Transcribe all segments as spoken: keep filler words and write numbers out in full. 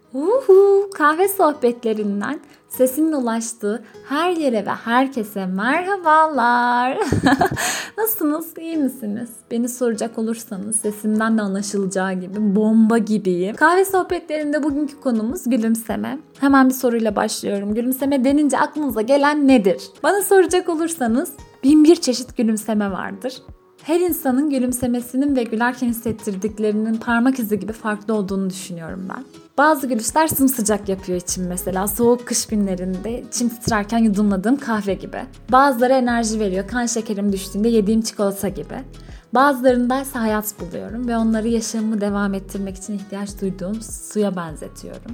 Uhu, kahve sohbetlerinden sesimin ulaştığı her yere ve herkese merhabalar. Nasılsınız? İyi misiniz? Beni soracak olursanız sesimden de anlaşılacağı gibi bomba gibiyim. Kahve sohbetlerinde bugünkü konumuz gülümseme. Hemen bir soruyla başlıyorum. Gülümseme denince aklınıza gelen nedir? Bana soracak olursanız bin bir çeşit gülümseme vardır. Her insanın gülümsemesinin ve gülerken hissettirdiklerinin parmak izi gibi farklı olduğunu düşünüyorum ben. Bazı gülüşler sımsıcak yapıyor içim mesela. Soğuk kış günlerinde içim titrerken yudumladığım kahve gibi. Bazıları enerji veriyor. Kan şekerim düştüğünde yediğim çikolata gibi. Bazılarında ise hayat buluyorum ve onları yaşamımı devam ettirmek için ihtiyaç duyduğum suya benzetiyorum.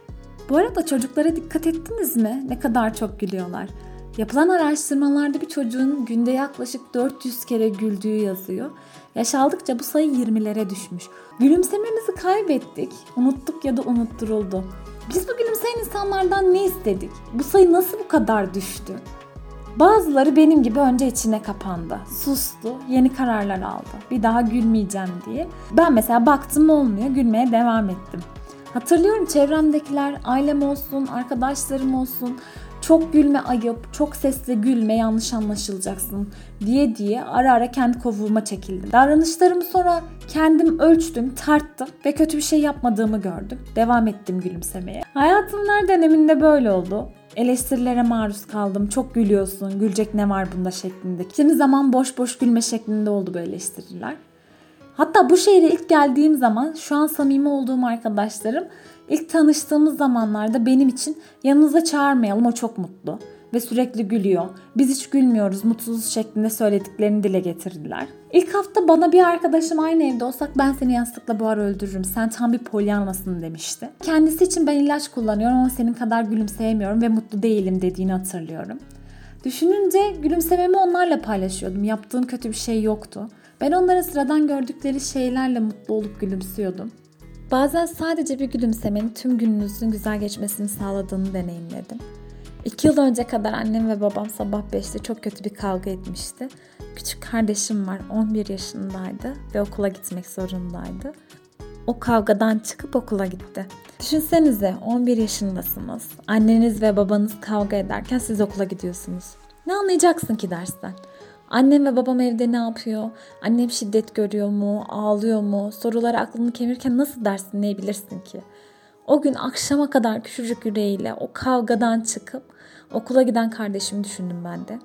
Bu arada çocuklara dikkat ettiniz mi? Ne kadar çok gülüyorlar. Yapılan araştırmalarda bir çocuğun günde yaklaşık dört yüz kere güldüğü yazıyor. Yaş aldıkça bu sayı yirmilere düşmüş. Gülümsememizi kaybettik, unuttuk ya da unutturuldu. Biz bu gülümseyen insanlardan ne istedik? Bu sayı nasıl bu kadar düştü? Bazıları benim gibi önce içine kapandı, sustu, yeni kararlar aldı. Bir daha gülmeyeceğim diye. Ben mesela baktım olmuyor, gülmeye devam ettim. Hatırlıyorum çevremdekiler, ailem olsun, arkadaşlarım olsun, çok gülme ayıp, çok sesle gülme yanlış anlaşılacaksın diye diye ara ara kendi kovuğuma çekildim. Davranışlarımı sonra kendim ölçtüm, tarttım ve kötü bir şey yapmadığımı gördüm. Devam ettim gülümsemeye. Hayatımın her döneminde böyle oldu. Eleştirilere maruz kaldım. Çok gülüyorsun, gülecek ne var bunda şeklinde. Kimi zaman boş boş gülme şeklinde oldu bu eleştiriler. Hatta bu şehre ilk geldiğim zaman şu an samimi olduğum arkadaşlarım ilk tanıştığımız zamanlarda benim için yanınıza çağırmayalım, o çok mutlu ve sürekli gülüyor. Biz hiç gülmüyoruz, mutsuzuz şeklinde söylediklerini dile getirdiler. İlk hafta bana bir arkadaşım aynı evde olsak ben seni yastıkla boğar öldürürüm, sen tam bir polyanlasın demişti. Kendisi için ben ilaç kullanıyorum ama senin kadar gülümseyemiyorum ve mutlu değilim dediğini hatırlıyorum. Düşününce gülümsememi onlarla paylaşıyordum. Yaptığım kötü bir şey yoktu. Ben onların sıradan gördükleri şeylerle mutlu olup gülümsüyordum. Bazen sadece bir gülümsemenin tüm gününüzün güzel geçmesini sağladığını deneyimledim. İki yıl önce kadar annem ve babam sabah beşte çok kötü bir kavga etmişti. Küçük kardeşim var, on bir yaşındaydı ve okula gitmek zorundaydı. O kavgadan çıkıp okula gitti. Düşünsenize on bir yaşındasınız. Anneniz ve babanız kavga ederken siz okula gidiyorsunuz. Ne anlayacaksın ki dersten? Annem ve babam evde ne yapıyor? Annem şiddet görüyor mu? Ağlıyor mu? Soruları aklını kemirken nasıl ders dinleyebilirsin ki? O gün akşama kadar küçücük yüreğiyle o kavgadan çıkıp okula giden kardeşimi düşündüm ben de.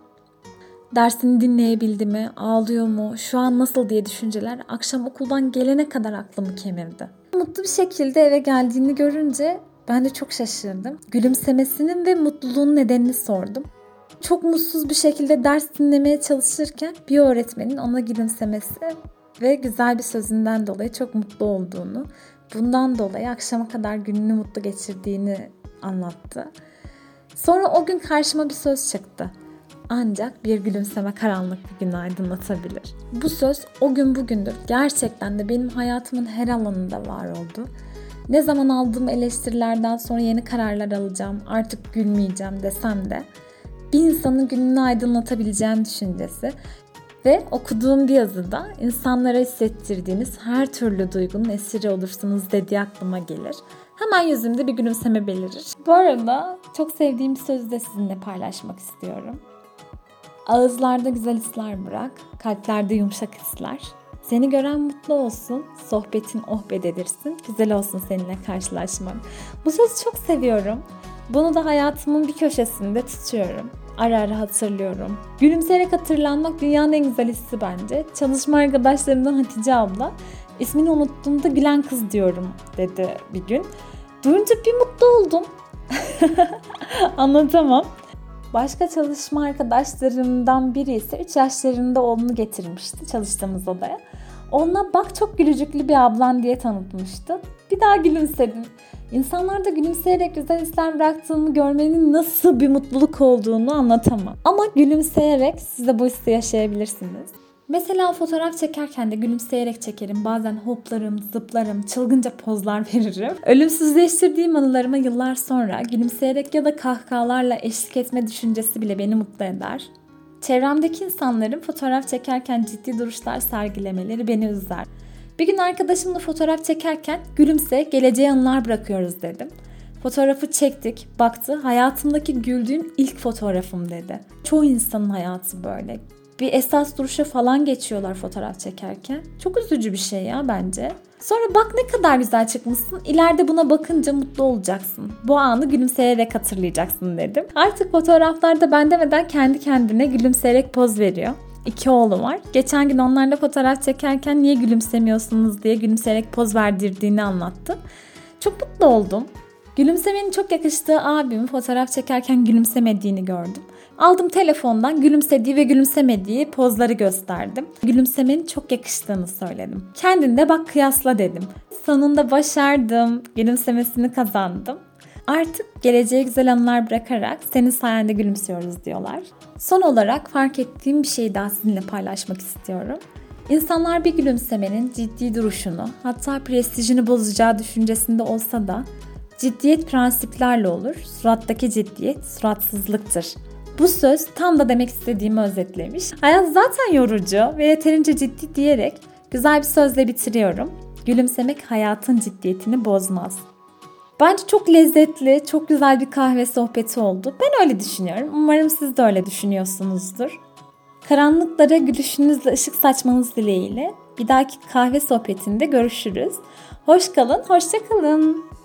Dersini dinleyebildi mi? Ağlıyor mu? Şu an nasıl diye düşünceler akşam okuldan gelene kadar aklımı kemirdi. Mutlu bir şekilde eve geldiğini görünce ben de çok şaşırdım. Gülümsemesinin ve mutluluğun nedenini sordum. Çok mutsuz bir şekilde ders dinlemeye çalışırken bir öğretmenin ona gülümsemesi ve güzel bir sözünden dolayı çok mutlu olduğunu, bundan dolayı akşama kadar gününü mutlu geçirdiğini anlattı. Sonra o gün karşıma bir söz çıktı. Ancak bir gülümseme karanlık bir günü aydınlatabilir. Bu söz o gün bugündür gerçekten de benim hayatımın her alanında var oldu. Ne zaman aldığım eleştirilerden sonra yeni kararlar alacağım, artık gülmeyeceğim desem de bir insanın gününü aydınlatabileceğim düşüncesi ve okuduğum bir yazıda insanlara hissettirdiğiniz her türlü duygunun esiri olursunuz dediği aklıma gelir. Hemen yüzümde bir gülümseme belirir. Bu arada çok sevdiğim bir sözü de sizinle paylaşmak istiyorum. Ağızlarda güzel hisler bırak, kalplerde yumuşak hisler. Seni gören mutlu olsun, sohbetin oh be dedirsin, güzel olsun seninle karşılaşmak. Bu sözü çok seviyorum. Bunu da hayatımın bir köşesinde tutuyorum. Ara ara hatırlıyorum. Gülümseyerek hatırlanmak dünyanın en güzel hissi bence. Çalışma arkadaşlarımdan Hatice abla, ismini unuttuğumda gülen kız diyorum dedi bir gün. Duyunca bir mutlu oldum. Anlatamam. Başka çalışma arkadaşlarımdan biri ise üç yaşlarında oğlunu getirmişti çalıştığımız odaya. Ona bak çok gülücüklü bir ablan diye tanıtmıştı. Bir daha gülümsedim. İnsanlarda gülümseyerek güzel hisler bıraktığımı görmenin nasıl bir mutluluk olduğunu anlatamam. Ama gülümseyerek siz de bu hissi yaşayabilirsiniz. Mesela fotoğraf çekerken de gülümseyerek çekerim. Bazen hoplarım, zıplarım, çılgınca pozlar veririm. Ölümsüzleştirdiğim anılarıma yıllar sonra gülümseyerek ya da kahkahalarla eşlik etme düşüncesi bile beni mutlu eder. Çevremdeki insanların fotoğraf çekerken ciddi duruşlar sergilemeleri beni üzer. Bir gün arkadaşımla fotoğraf çekerken gülümse, geleceğe anılar bırakıyoruz dedim. Fotoğrafı çektik, baktı, hayatımdaki güldüğüm ilk fotoğrafım dedi. Çoğu insanın hayatı böyle. Bir esas duruşa falan geçiyorlar fotoğraf çekerken. Çok üzücü bir şey ya bence. Sonra bak ne kadar güzel çıkmışsın. İleride buna bakınca mutlu olacaksın. Bu anı gülümseyerek hatırlayacaksın dedim. Artık fotoğraflarda ben demeden kendi kendine gülümseyerek poz veriyor. İki oğlu var. Geçen gün onlarla fotoğraf çekerken niye gülümsemiyorsunuz diye gülümseyerek poz verdirdiğini anlattı. Çok mutlu oldum. Gülümsemenin çok yakıştığı abimin fotoğraf çekerken gülümsemediğini gördüm. Aldım telefondan gülümsediği ve gülümsemediği pozları gösterdim. Gülümsemenin çok yakıştığını söyledim. Kendin de bak kıyasla dedim. Sonunda başardım. Gülümsemesini kazandım. Artık geleceğe güzel anılar bırakarak senin sayende gülümsüyoruz diyorlar. Son olarak fark ettiğim bir şeyi daha sizinle paylaşmak istiyorum. İnsanlar bir gülümsemenin ciddi duruşunu, hatta prestijini bozacağı düşüncesinde olsa da ciddiyet prensiplerle olur. Surattaki ciddiyet suratsızlıktır. Bu söz tam da demek istediğimi özetlemiş. Hayat zaten yorucu ve yeterince ciddi diyerek güzel bir sözle bitiriyorum. Gülümsemek hayatın ciddiyetini bozmaz. Bence çok lezzetli, çok güzel bir kahve sohbeti oldu. Ben öyle düşünüyorum. Umarım siz de öyle düşünüyorsunuzdur. Karanlıklara gülüşünüzle ışık saçmanız dileğiyle bir dahaki kahve sohbetinde görüşürüz. Hoş kalın, hoşça kalın.